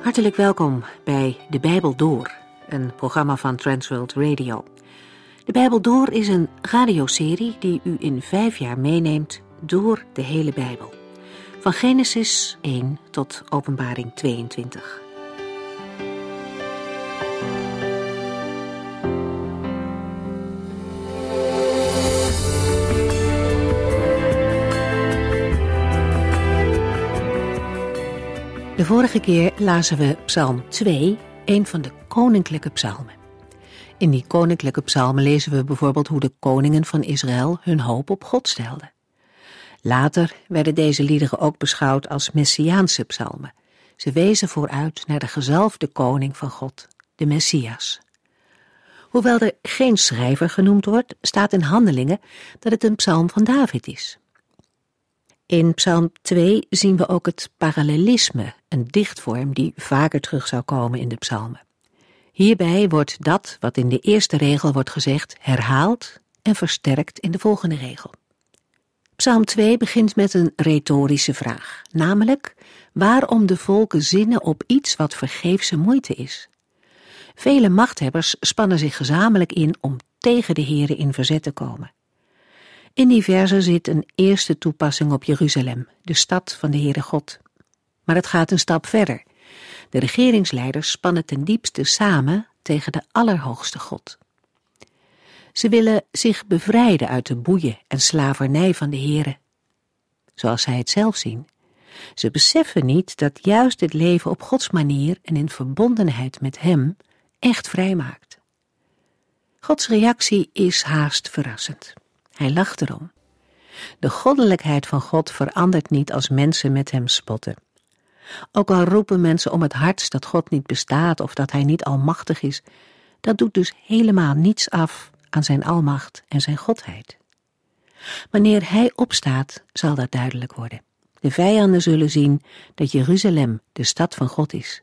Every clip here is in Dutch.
Hartelijk welkom bij De Bijbel Door, een programma van Transworld Radio. De Bijbel Door is een radioserie die u in 5 jaar meeneemt door de hele Bijbel. Van Genesis 1 tot Openbaring 22. De vorige keer lazen we Psalm 2, een van de koninklijke psalmen. In die koninklijke psalmen lezen we bijvoorbeeld hoe de koningen van Israël hun hoop op God stelden. Later werden deze liederen ook beschouwd als messiaanse psalmen. Ze wezen vooruit naar de gezalfde koning van God, de Messias. Hoewel er geen schrijver genoemd wordt, staat in Handelingen dat het een psalm van David is. In Psalm 2 zien we ook het parallelisme, een dichtvorm die vaker terug zou komen in de psalmen. Hierbij wordt dat wat in de eerste regel wordt gezegd herhaald en versterkt in de volgende regel. Psalm 2 begint met een retorische vraag, namelijk waarom de volken zinnen op iets wat vergeefse moeite is. Vele machthebbers spannen zich gezamenlijk in om tegen de Here in verzet te komen. In die verse zit een eerste toepassing op Jeruzalem, de stad van de Heere God. Maar het gaat een stap verder. De regeringsleiders spannen ten diepste samen tegen de Allerhoogste God. Ze willen zich bevrijden uit de boeien en slavernij van de Heere, zoals zij het zelf zien. Ze beseffen niet dat juist het leven op Gods manier en in verbondenheid met Hem echt vrijmaakt. Gods reactie is haast verrassend. Hij lacht erom. De goddelijkheid van God verandert niet als mensen met hem spotten. Ook al roepen mensen om het hardst dat God niet bestaat of dat hij niet almachtig is, dat doet dus helemaal niets af aan zijn almacht en zijn godheid. Wanneer hij opstaat, zal dat duidelijk worden. De vijanden zullen zien dat Jeruzalem de stad van God is.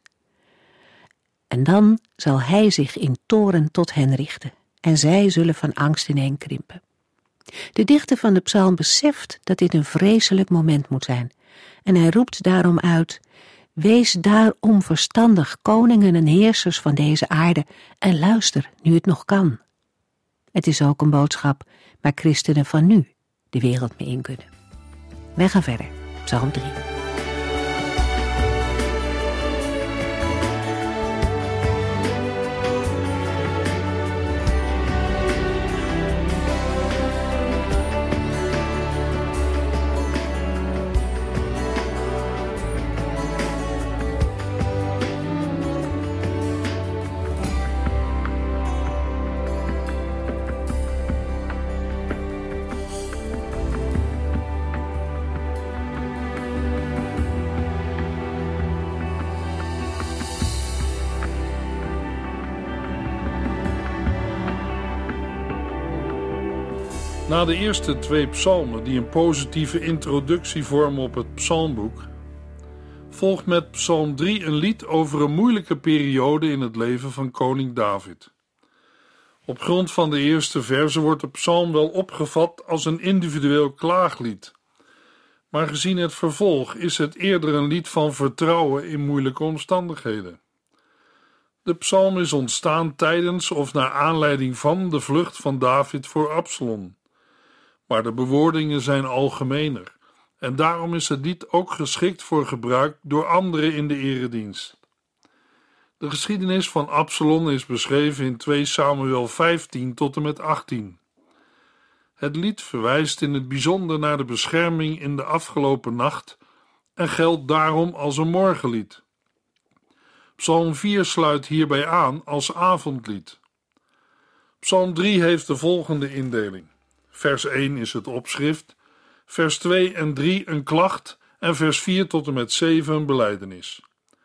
En dan zal hij zich in toorn tot hen richten en zij zullen van angst ineenkrimpen. De dichter van de psalm beseft dat dit een vreselijk moment moet zijn en hij roept daarom uit: wees daarom verstandig, koningen en heersers van deze aarde, en luister nu het nog kan. Het is ook een boodschap waar christenen van nu de wereld mee in kunnen. Wij gaan verder, psalm 3. Na de eerste 2 psalmen die een positieve introductie vormen op het psalmboek, volgt met psalm 3 een lied over een moeilijke periode in het leven van koning David. Op grond van de eerste verse wordt de psalm wel opgevat als een individueel klaaglied, maar gezien het vervolg is het eerder een lied van vertrouwen in moeilijke omstandigheden. De psalm is ontstaan tijdens of naar aanleiding van de vlucht van David voor Absalom. Maar de bewoordingen zijn algemener en daarom is het lied ook geschikt voor gebruik door anderen in de eredienst. De geschiedenis van Absalom is beschreven in 2 Samuel 15 tot en met 18. Het lied verwijst in het bijzonder naar de bescherming in de afgelopen nacht en geldt daarom als een morgenlied. Psalm 4 sluit hierbij aan als avondlied. Psalm 3 heeft de volgende indeling. Vers 1 is het opschrift, vers 2 en 3 een klacht en vers 4 tot en met 7 een belijdenis.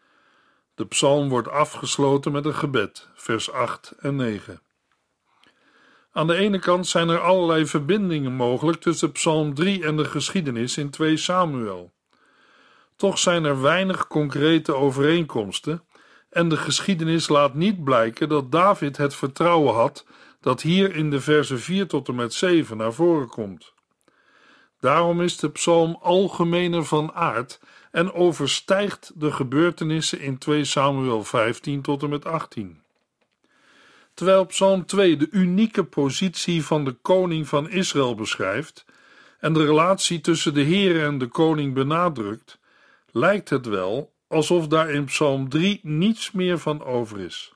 De psalm wordt afgesloten met een gebed, vers 8 en 9. Aan de ene kant zijn er allerlei verbindingen mogelijk tussen psalm 3 en de geschiedenis in 2 Samuel. Toch zijn er weinig concrete overeenkomsten en de geschiedenis laat niet blijken dat David het vertrouwen had dat hier in de versen 4 tot en met 7 naar voren komt. Daarom is de psalm algemener van aard en overstijgt de gebeurtenissen in 2 Samuel 15 tot en met 18. Terwijl Psalm 2 de unieke positie van de koning van Israël beschrijft en de relatie tussen de Heere en de koning benadrukt, lijkt het wel alsof daar in Psalm 3 niets meer van over is.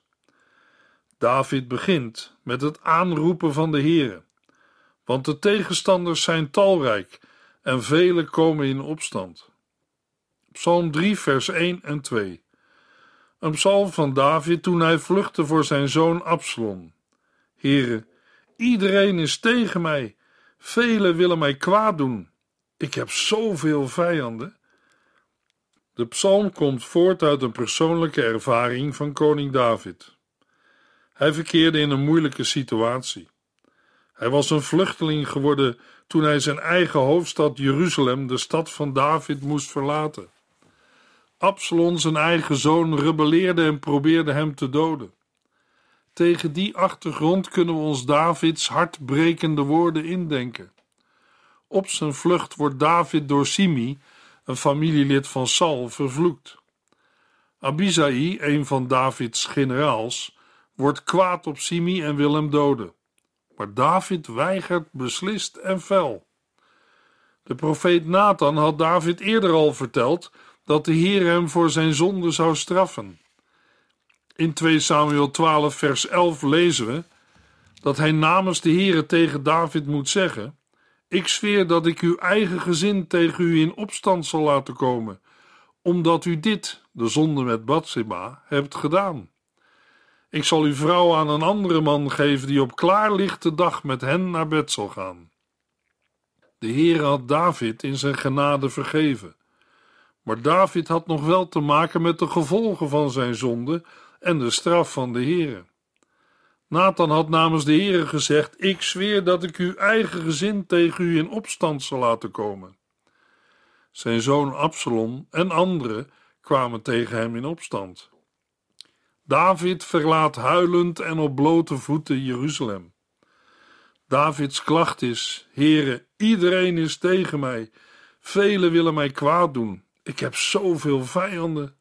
David begint met het aanroepen van de Heere, want de tegenstanders zijn talrijk en velen komen in opstand. Psalm 3 vers 1 en 2. Een psalm van David toen hij vluchtte voor zijn zoon Absalom. Heere, iedereen is tegen mij, velen willen mij kwaad doen. Ik heb zoveel vijanden. De psalm komt voort uit een persoonlijke ervaring van koning David. Hij verkeerde in een moeilijke situatie. Hij was een vluchteling geworden toen hij zijn eigen hoofdstad Jeruzalem, de stad van David, moest verlaten. Absalom, zijn eigen zoon, rebelleerde en probeerde hem te doden. Tegen die achtergrond kunnen we ons Davids hartbrekende woorden indenken. Op zijn vlucht wordt David door Simei, een familielid van Saul, vervloekt. Abisai, een van Davids generaals, wordt kwaad op Simei en wil hem doden. Maar David weigert beslist en fel. De profeet Nathan had David eerder al verteld dat de Heer hem voor zijn zonde zou straffen. In 2 Samuel 12 vers 11 lezen we dat hij namens de Heere tegen David moet zeggen: ik zweer dat ik uw eigen gezin tegen u in opstand zal laten komen, omdat u dit, de zonde met Batseba, hebt gedaan. Ik zal uw vrouw aan een andere man geven die op klaarlichte dag met hen naar bed zal gaan. De Heere had David in zijn genade vergeven. Maar David had nog wel te maken met de gevolgen van zijn zonde en de straf van de Heere. Nathan had namens de Heere gezegd: ik zweer dat ik uw eigen gezin tegen u in opstand zal laten komen. Zijn zoon Absalom en anderen kwamen tegen hem in opstand. David verlaat huilend en op blote voeten Jeruzalem. Davids klacht is: Heere, iedereen is tegen mij, velen willen mij kwaad doen. Ik heb zoveel vijanden.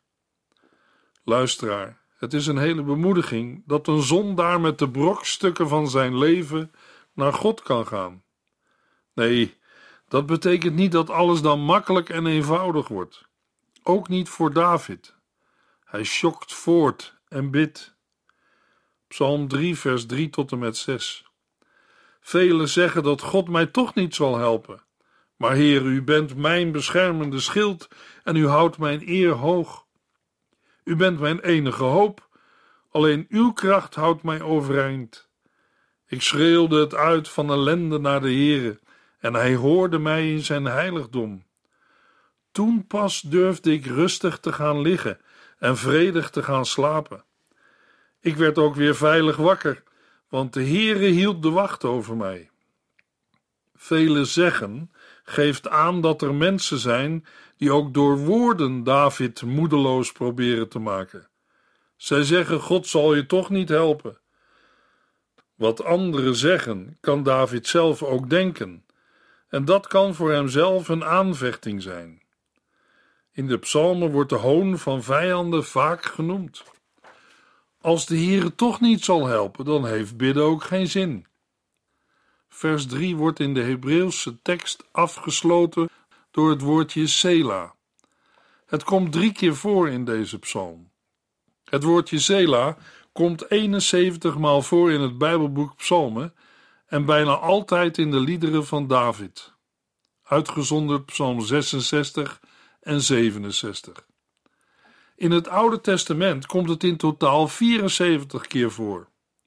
Luisteraar, het is een hele bemoediging dat een zondaar met de brokstukken van zijn leven naar God kan gaan. Nee, dat betekent niet dat alles dan makkelijk en eenvoudig wordt. Ook niet voor David. Hij sjokt voort en bidt. Psalm 3 vers 3 tot en met 6. Velen zeggen dat God mij toch niet zal helpen. Maar Heer, u bent mijn beschermende schild en u houdt mijn eer hoog. U bent mijn enige hoop, alleen uw kracht houdt mij overeind. Ik schreeuwde het uit van ellende naar de Heere en hij hoorde mij in zijn heiligdom. Toen pas durfde ik rustig te gaan liggen en vredig te gaan slapen. Ik werd ook weer veilig wakker, want de Heere hield de wacht over mij. Velen zeggen geeft aan dat er mensen zijn die ook door woorden David moedeloos proberen te maken. Zij zeggen: God zal je toch niet helpen. Wat anderen zeggen, kan David zelf ook denken, en dat kan voor hemzelf een aanvechting zijn. In de psalmen wordt de hoon van vijanden vaak genoemd. Als de Heere toch niet zal helpen, dan heeft bidden ook geen zin. Vers 3 wordt in de Hebreeuwse tekst afgesloten door het woordje Sela. Het komt 3 keer voor in deze psalm. Het woordje Sela komt 71 maal voor in het Bijbelboek Psalmen en bijna altijd in de liederen van David. Uitgezonderd Psalm 66 en 67. In het Oude Testament komt het in totaal 74 keer voor.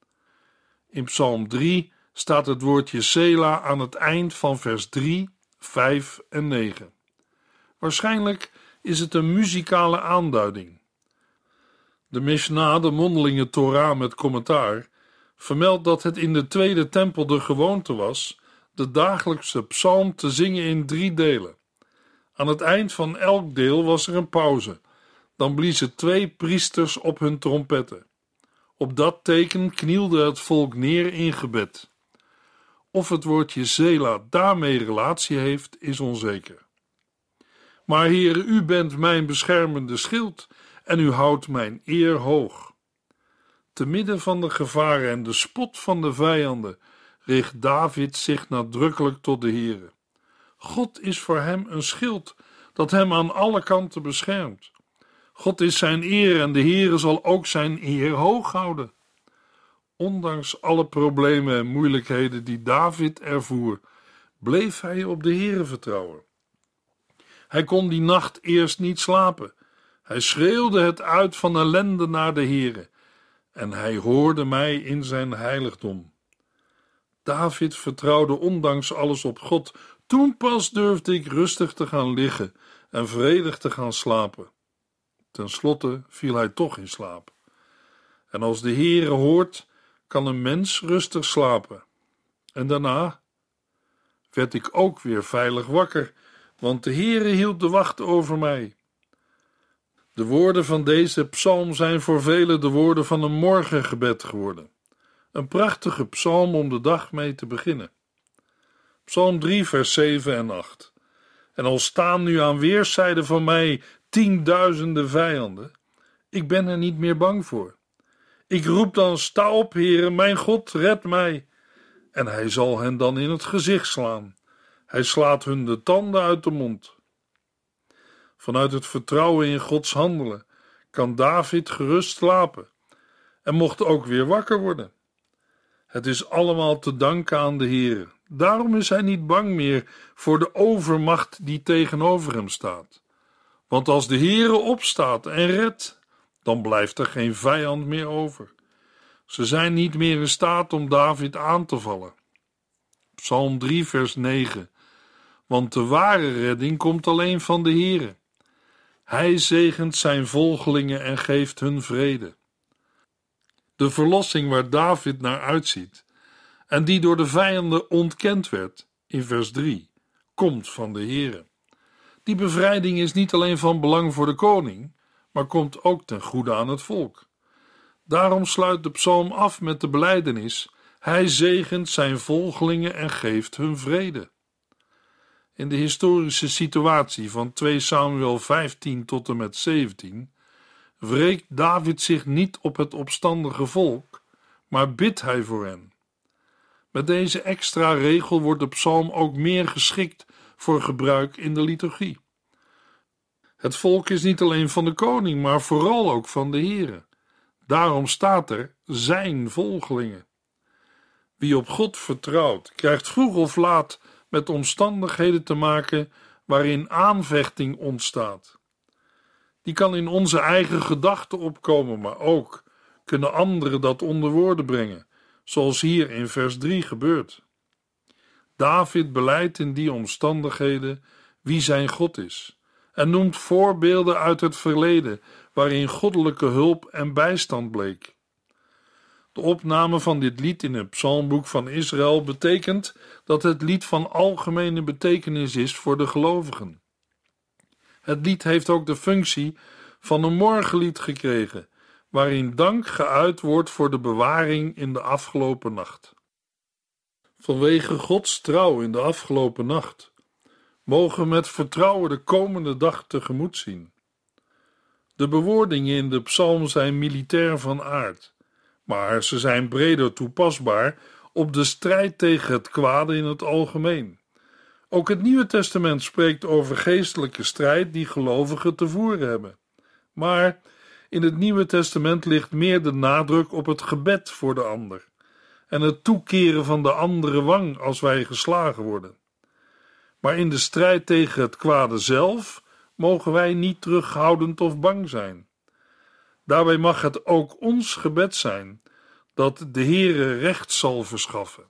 In Psalm 3 staat het woordje Sela aan het eind van vers 3, 5 en 9. Waarschijnlijk is het een muzikale aanduiding. De Mishnah, de mondelinge Torah met commentaar, vermeldt dat het in de Tweede Tempel de gewoonte was de dagelijkse psalm te zingen in 3 delen. Aan het eind van elk deel was er een pauze. Dan bliezen 2 priesters op hun trompetten. Op dat teken knielde het volk neer in gebed. Of het woordje Sela daarmee relatie heeft, is onzeker. Maar Heere, u bent mijn beschermende schild en u houdt mijn eer hoog. Te midden van de gevaren en de spot van de vijanden richt David zich nadrukkelijk tot de Heere. God is voor hem een schild dat hem aan alle kanten beschermt. God is zijn eer en de Heere zal ook zijn eer hoog houden. Ondanks alle problemen en moeilijkheden die David ervoer, bleef hij op de Heere vertrouwen. Hij kon die nacht eerst niet slapen. Hij schreeuwde het uit van ellende naar de Heere en hij hoorde mij in zijn heiligdom. David vertrouwde ondanks alles op God. Toen pas durfde ik rustig te gaan liggen en vredig te gaan slapen. Ten slotte viel hij toch in slaap. En als de Heere hoort, kan een mens rustig slapen. En daarna werd ik ook weer veilig wakker, want de Heere hield de wacht over mij. De woorden van deze psalm zijn voor velen de woorden van een morgengebed geworden. Een prachtige psalm om de dag mee te beginnen. Psalm 3, vers 7 en 8. En al staan nu aan weerszijden van mij 10.000 vijanden, ik ben er niet meer bang voor. Ik roep dan, sta op, Heere, mijn God, red mij. En hij zal hen dan in het gezicht slaan. Hij slaat hun de tanden uit de mond. Vanuit het vertrouwen in Gods handelen kan David gerust slapen en mocht ook weer wakker worden. Het is allemaal te danken aan de Heere. Daarom is hij niet bang meer voor de overmacht die tegenover hem staat. Want als de Heere opstaat en redt, dan blijft er geen vijand meer over. Ze zijn niet meer in staat om David aan te vallen. Psalm 3, vers 9. Want de ware redding komt alleen van de Heere. Hij zegent zijn volgelingen en geeft hun vrede. De verlossing waar David naar uitziet en die door de vijanden ontkend werd, in vers 3, komt van de Heere. Die bevrijding is niet alleen van belang voor de koning, maar komt ook ten goede aan het volk. Daarom sluit de psalm af met de belijdenis: hij zegent zijn volgelingen en geeft hun vrede. In de historische situatie van 2 Samuel 15 tot en met 17 wreekt David zich niet op het opstandige volk, maar bidt hij voor hen. Met deze extra regel wordt de psalm ook meer geschikt voor gebruik in de liturgie. Het volk is niet alleen van de koning, maar vooral ook van de Heere. Daarom staat er zijn volgelingen. Wie op God vertrouwt, krijgt vroeg of laat met omstandigheden te maken waarin aanvechting ontstaat. Die kan in onze eigen gedachten opkomen, maar ook kunnen anderen dat onder woorden brengen, zoals hier in vers 3 gebeurt. David belijdt in die omstandigheden wie zijn God is en noemt voorbeelden uit het verleden waarin goddelijke hulp en bijstand bleek. De opname van dit lied in het psalmboek van Israël betekent dat het lied van algemene betekenis is voor de gelovigen. Het lied heeft ook de functie van een morgenlied gekregen, waarin dank geuit wordt voor de bewaring in de afgelopen nacht. Vanwege Gods trouw in de afgelopen nacht mogen we met vertrouwen de komende dag tegemoet zien. De bewoordingen in de psalm zijn militair van aard, maar ze zijn breder toepasbaar op de strijd tegen het kwade in het algemeen. Ook het Nieuwe Testament spreekt over geestelijke strijd die gelovigen te voeren hebben. Maar in het Nieuwe Testament ligt meer de nadruk op het gebed voor de ander en het toekeren van de andere wang als wij geslagen worden. Maar in de strijd tegen het kwade zelf mogen wij niet terughoudend of bang zijn. Daarbij mag het ook ons gebed zijn dat de Heere recht zal verschaffen.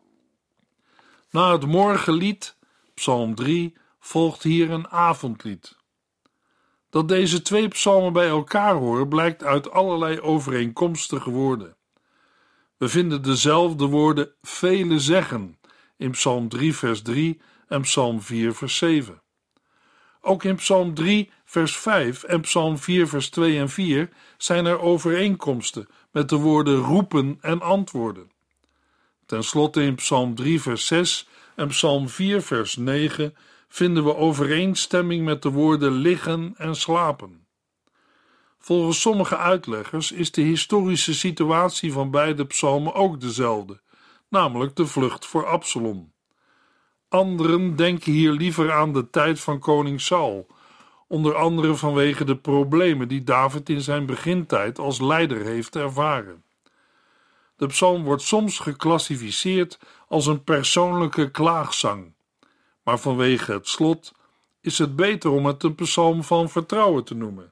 Na het morgenlied, Psalm 3, volgt hier een avondlied. Dat deze 2 psalmen bij elkaar horen blijkt uit allerlei overeenkomstige woorden. We vinden dezelfde woorden vele zeggen in Psalm 3 vers 3 en Psalm 4 vers 7. Ook in Psalm 3 vers 5 en Psalm 4 vers 2 en 4 zijn er overeenkomsten met de woorden roepen en antwoorden. Ten slotte in Psalm 3 vers 6 en Psalm 4 vers 9 vinden we overeenstemming met de woorden liggen en slapen. Volgens sommige uitleggers is de historische situatie van beide psalmen ook dezelfde, namelijk de vlucht voor Absalom. Anderen denken hier liever aan de tijd van koning Saul, onder andere vanwege de problemen die David in zijn begintijd als leider heeft ervaren. De psalm wordt soms geclassificeerd als een persoonlijke klaagzang, maar vanwege het slot is het beter om het een psalm van vertrouwen te noemen.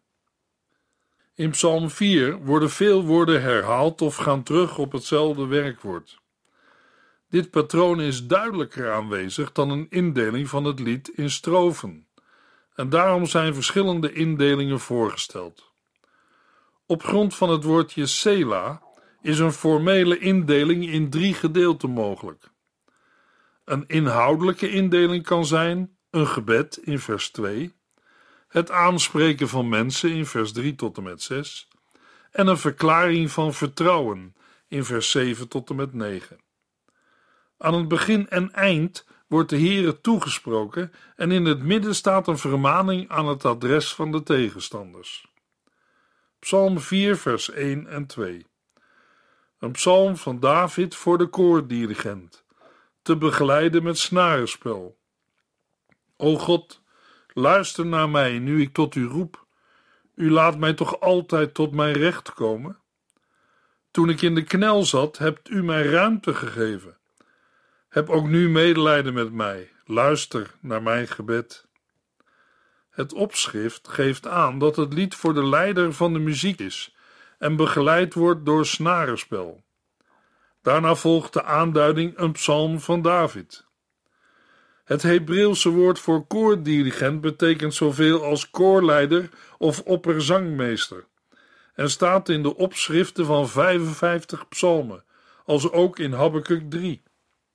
In psalm 4 worden veel woorden herhaald of gaan terug op hetzelfde werkwoord. Dit patroon is duidelijker aanwezig dan een indeling van het lied in strofen, en daarom zijn verschillende indelingen voorgesteld. Op grond van het woordje Selah is een formele indeling in 3 gedeelten mogelijk. Een inhoudelijke indeling kan zijn een gebed in vers 2, het aanspreken van mensen in vers 3 tot en met 6 en een verklaring van vertrouwen in vers 7 tot en met 9. Aan het begin en eind wordt de Heere toegesproken en in het midden staat een vermaning aan het adres van de tegenstanders. Psalm 4 vers 1 en 2. Een psalm van David voor de koordirigent, te begeleiden met snarenspel. O God, luister naar mij nu ik tot u roep. U laat mij toch altijd tot mijn recht komen? Toen ik in de knel zat, hebt u mij ruimte gegeven. Heb ook nu medelijden met mij. Luister naar mijn gebed. Het opschrift geeft aan dat het lied voor de leider van de muziek is en begeleid wordt door snarenspel. Daarna volgt de aanduiding een psalm van David. Het Hebreeuwse woord voor koordirigent betekent zoveel als koorleider of opperzangmeester en staat in de opschriften van 55 psalmen, als ook in Habakuk 3.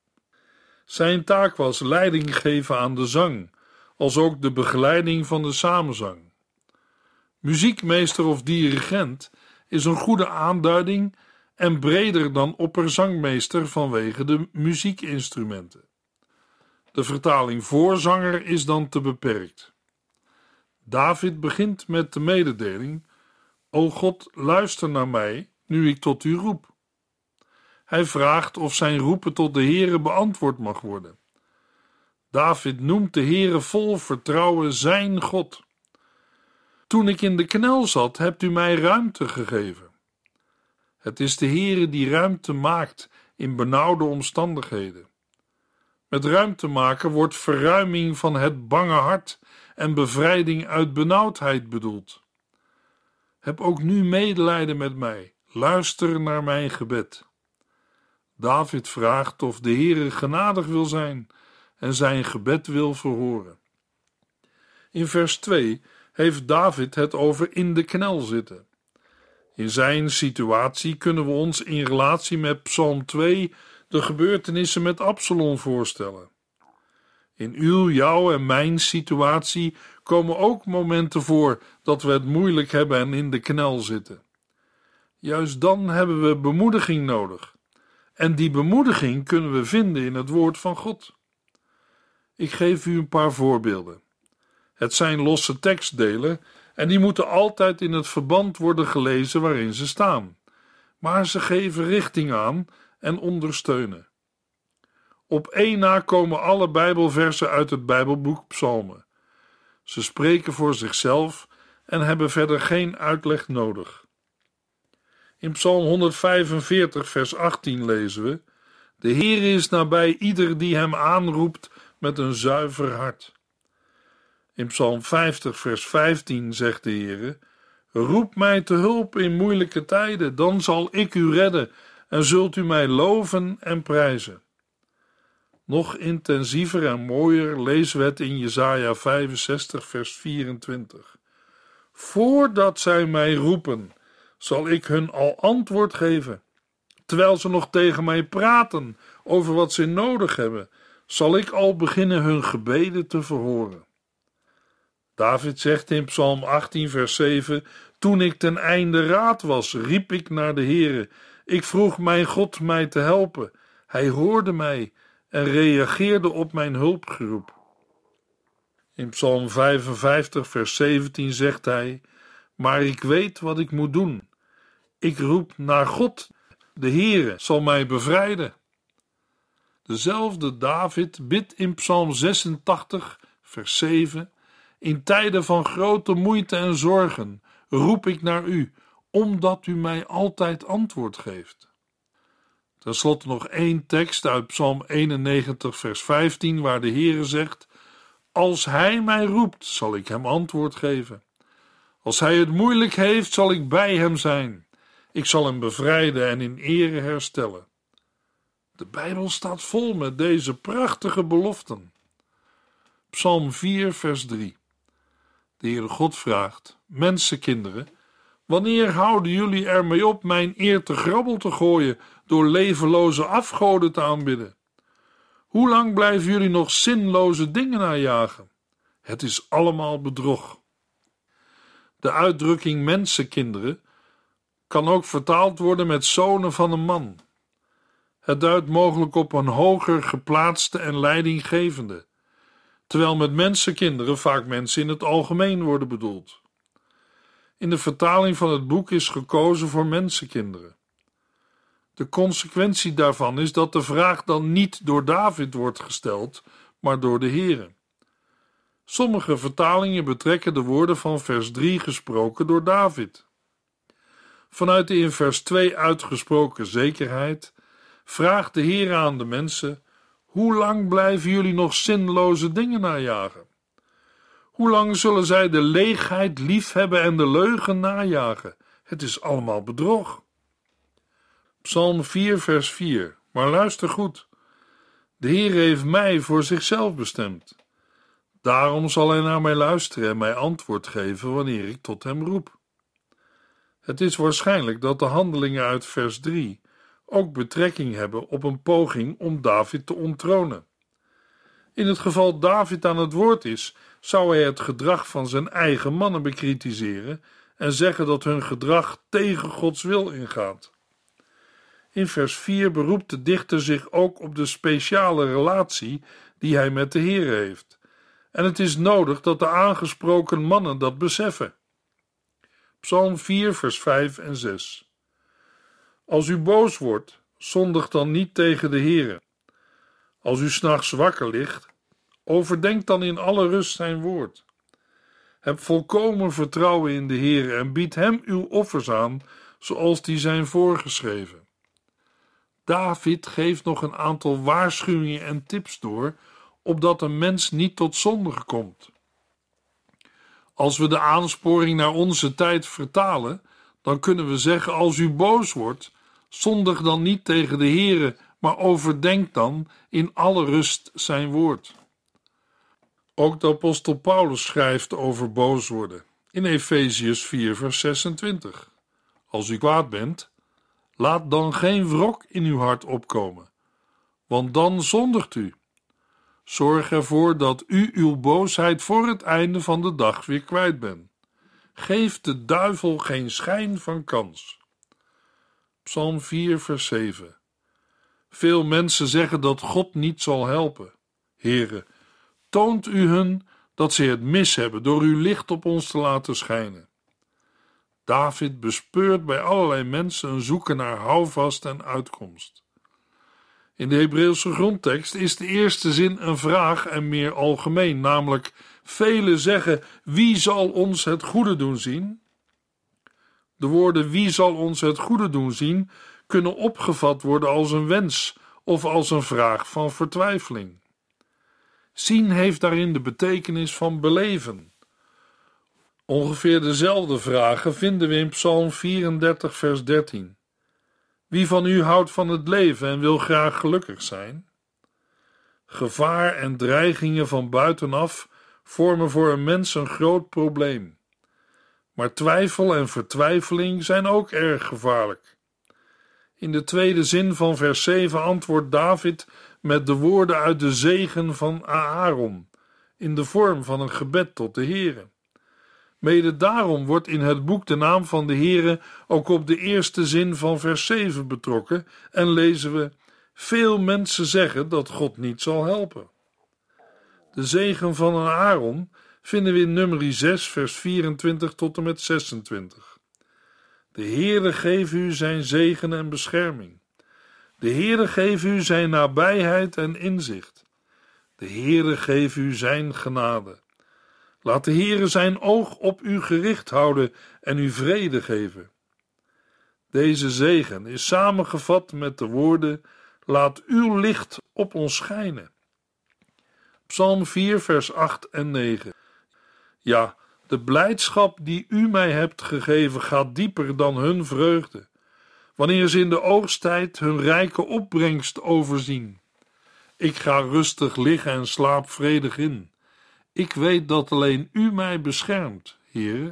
Zijn taak was leiding geven aan de zang, als ook de begeleiding van de samenzang. Muziekmeester of dirigent is een goede aanduiding en breder dan opperzangmeester vanwege de muziekinstrumenten. De vertaling voorzanger is dan te beperkt. David begint met de mededeling: O God, luister naar mij, nu ik tot u roep. Hij vraagt of zijn roepen tot de Heere beantwoord mag worden. David noemt de Heere vol vertrouwen zijn God. Toen ik in de knel zat, hebt u mij ruimte gegeven. Het is de Heere die ruimte maakt in benauwde omstandigheden. Met ruimte maken wordt verruiming van het bange hart en bevrijding uit benauwdheid bedoeld. Heb ook nu medelijden met mij, luister naar mijn gebed. David vraagt of de Heere genadig wil zijn en zijn gebed wil verhoren. In vers 2 heeft David het over in de knel zitten. In zijn situatie kunnen we ons in relatie met Psalm 2 de gebeurtenissen met Absalom voorstellen. In jouw en mijn situatie komen ook momenten voor dat we het moeilijk hebben en in de knel zitten. Juist dan hebben we bemoediging nodig. En die bemoediging kunnen we vinden in het woord van God. Ik geef u een paar voorbeelden. Het zijn losse tekstdelen en die moeten altijd in het verband worden gelezen waarin ze staan. Maar ze geven richting aan en ondersteunen. Op één na komen alle Bijbelversen uit het Bijbelboek Psalmen. Ze spreken voor zichzelf en hebben verder geen uitleg nodig. In Psalm 145 vers 18 lezen we: De Heer is nabij ieder die hem aanroept met een zuiver hart. In Psalm 50 vers 15 zegt de Heer: Roep mij te hulp in moeilijke tijden, dan zal ik u redden en zult u mij loven en prijzen. Nog intensiever en mooier lezen we het in Jesaja 65 vers 24. Voordat zij mij roepen, zal ik hun al antwoord geven. Terwijl ze nog tegen mij praten over wat ze nodig hebben, zal ik al beginnen hun gebeden te verhoren. David zegt in Psalm 18 vers 7: Toen ik ten einde raad was, riep ik naar de Heere. Ik vroeg mijn God mij te helpen. Hij hoorde mij en reageerde op mijn hulpgeroep. In Psalm 55 vers 17 zegt hij: maar ik weet wat ik moet doen. Ik roep naar God, de Heere zal mij bevrijden. Dezelfde David bidt in Psalm 86 vers 7: in tijden van grote moeite en zorgen roep ik naar u, omdat u mij altijd antwoord geeft. Ten slotte nog één tekst uit Psalm 91 vers 15 waar de Heere zegt: als hij mij roept, zal ik hem antwoord geven. Als hij het moeilijk heeft, zal ik bij hem zijn. Ik zal hem bevrijden en in ere herstellen. De Bijbel staat vol met deze prachtige beloften. Psalm 4 vers 3. De Heere God vraagt: mensenkinderen, wanneer houden jullie ermee op mijn eer te grabbel te gooien door levenloze afgoden te aanbidden? Hoe lang blijven jullie nog zinloze dingen najagen? Het is allemaal bedrog. De uitdrukking mensenkinderen kan ook vertaald worden met zonen van een man. Het duidt mogelijk op een hoger geplaatste en leidinggevende, terwijl met mensenkinderen vaak mensen in het algemeen worden bedoeld. In de vertaling van het boek is gekozen voor mensenkinderen. De consequentie daarvan is dat de vraag dan niet door David wordt gesteld, maar door de Heere. Sommige vertalingen betrekken de woorden van vers 3 gesproken door David. Vanuit de in vers 2 uitgesproken zekerheid vraagt de Heer aan de mensen: hoe lang blijven jullie nog zinloze dingen najagen? Hoe lang zullen zij de leegheid liefhebben en de leugen najagen? Het is allemaal bedrog. Psalm 4 vers 4. Maar luister goed. De Heer heeft mij voor zichzelf bestemd. Daarom zal hij naar mij luisteren en mij antwoord geven wanneer ik tot hem roep. Het is waarschijnlijk dat de handelingen uit vers 3 ook betrekking hebben op een poging om David te onttronen. In het geval David aan het woord is, zou hij het gedrag van zijn eigen mannen bekritiseren en zeggen dat hun gedrag tegen Gods wil ingaat. In vers 4 beroept de dichter zich ook op de speciale relatie die hij met de Heer heeft. En het is nodig dat de aangesproken mannen dat beseffen. Psalm 4 vers 5 en 6. Als u boos wordt, zondig dan niet tegen de Heere. Als u 's nachts wakker ligt, overdenk dan in alle rust zijn woord. Heb volkomen vertrouwen in de Heere en bied hem uw offers aan, zoals die zijn voorgeschreven. David geeft nog een aantal waarschuwingen en tips door, opdat een mens niet tot zondigen komt. Als we de aansporing naar onze tijd vertalen, dan kunnen we zeggen: als u boos wordt, zondig dan niet tegen de Heere, maar overdenk dan in alle rust zijn woord. Ook de apostel Paulus schrijft over boos worden in Efeziërs 4 vers 26. Als u kwaad bent, laat dan geen wrok in uw hart opkomen, want dan zondigt u. Zorg ervoor dat u uw boosheid voor het einde van de dag weer kwijt bent. Geef de duivel geen schijn van kans. Psalm 4 vers 7. Veel mensen zeggen dat God niet zal helpen. Heere, toont u hun dat ze het mis hebben door uw licht op ons te laten schijnen. David bespeurt bij allerlei mensen een zoeken naar houvast en uitkomst. In de Hebreeuwse grondtekst is de eerste zin een vraag en meer algemeen, namelijk: velen zeggen: wie zal ons het goede doen zien? De woorden wie zal ons het goede doen zien kunnen opgevat worden als een wens of als een vraag van vertwijfeling. Zien heeft daarin de betekenis van beleven. Ongeveer dezelfde vragen vinden we in Psalm 34 vers 13. Wie van u houdt van het leven en wil graag gelukkig zijn? Gevaar en dreigingen van buitenaf vormen voor een mens een groot probleem. Maar twijfel en vertwijfeling zijn ook erg gevaarlijk. In de tweede zin van vers 7 antwoordt David met de woorden uit de zegen van Aaron, in de vorm van een gebed tot de Heere. Mede daarom wordt in het boek de naam van de Heere ook op de eerste zin van vers 7 betrokken en lezen we: veel mensen zeggen dat God niet zal helpen. De zegen van Aaron vinden we in Numeri 6 vers 24 tot en met 26. De Heere geven u zijn zegen en bescherming. De Heere geven u zijn nabijheid en inzicht. De Heere geven u zijn genade. Laat de Heere zijn oog op u gericht houden en u vrede geven. Deze zegen is samengevat met de woorden: laat uw licht op ons schijnen. Psalm 4 vers 8 en 9. Ja, de blijdschap die u mij hebt gegeven gaat dieper dan hun vreugde, wanneer ze in de oogsttijd hun rijke opbrengst overzien. Ik ga rustig liggen en slaap vredig in. Ik weet dat alleen u mij beschermt, Heere.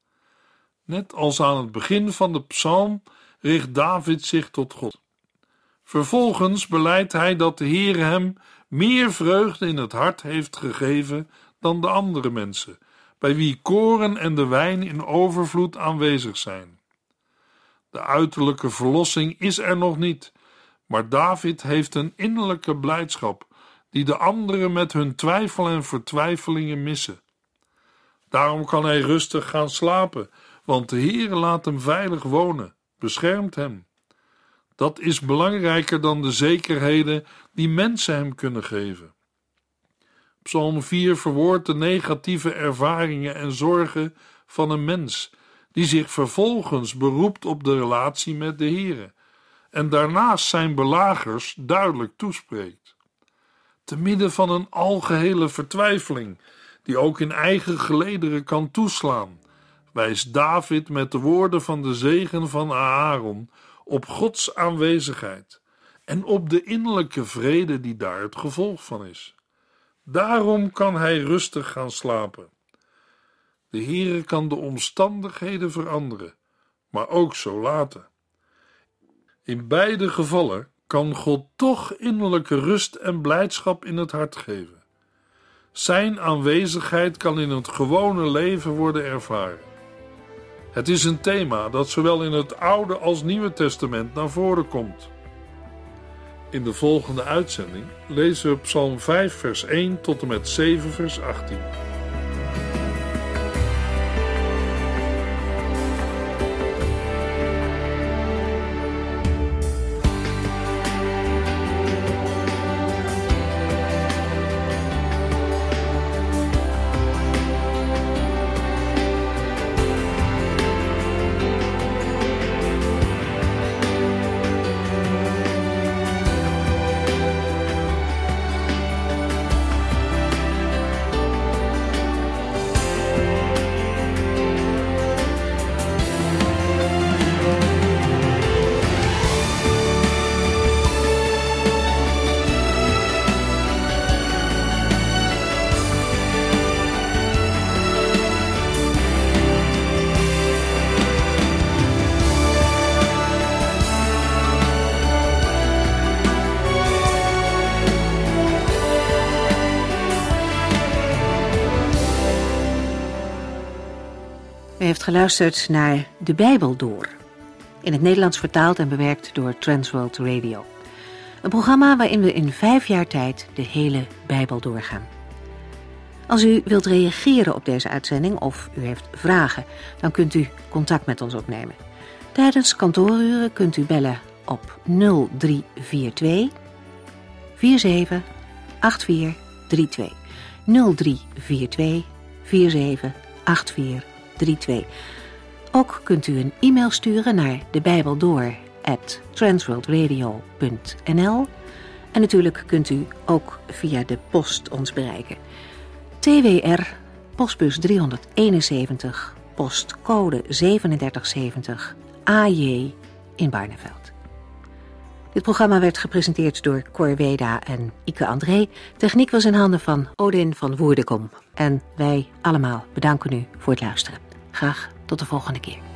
Net als aan het begin van de psalm richt David zich tot God. Vervolgens belijdt hij dat de Heere hem meer vreugde in het hart heeft gegeven dan de andere mensen, bij wie koren en de wijn in overvloed aanwezig zijn. De uiterlijke verlossing is er nog niet, maar David heeft een innerlijke blijdschap die de anderen met hun twijfel en vertwijfelingen missen. Daarom kan hij rustig gaan slapen, want de Heere laat hem veilig wonen, beschermt hem. Dat is belangrijker dan de zekerheden die mensen hem kunnen geven. Psalm 4 verwoordt de negatieve ervaringen en zorgen van een mens die zich vervolgens beroept op de relatie met de Heere en daarnaast zijn belagers duidelijk toespreekt. Te midden van een algehele vertwijfeling die ook in eigen gelederen kan toeslaan, wijst David met de woorden van de zegen van Aaron op Gods aanwezigheid en op de innerlijke vrede die daar het gevolg van is. Daarom kan hij rustig gaan slapen. De Heere kan de omstandigheden veranderen, maar ook zo laten. In beide gevallen kan God toch innerlijke rust en blijdschap in het hart geven. Zijn aanwezigheid kan in het gewone leven worden ervaren. Het is een thema dat zowel in het Oude als Nieuwe Testament naar voren komt. In de volgende uitzending lezen we Psalm 5 vers 1 tot en met 7 vers 18. U heeft geluisterd naar De Bijbel Door, in het Nederlands vertaald en bewerkt door Transworld Radio. Een programma waarin we in 5 jaar tijd de hele Bijbel doorgaan. Als u wilt reageren op deze uitzending of u heeft vragen, dan kunt u contact met ons opnemen. Tijdens kantooruren kunt u bellen op 0342 47 8432. 0342 47 8432. Ook kunt u een e-mail sturen naar debijbeldoor@transworldradio.nl en natuurlijk kunt u ook via de post ons bereiken. TWR, postbus 371, postcode 3770, AJ in Barneveld. Dit programma werd gepresenteerd door Cor Weda en Ike André. Techniek was in handen van Odin van Woerdekom. En wij allemaal bedanken u voor het luisteren. Graag tot de volgende keer.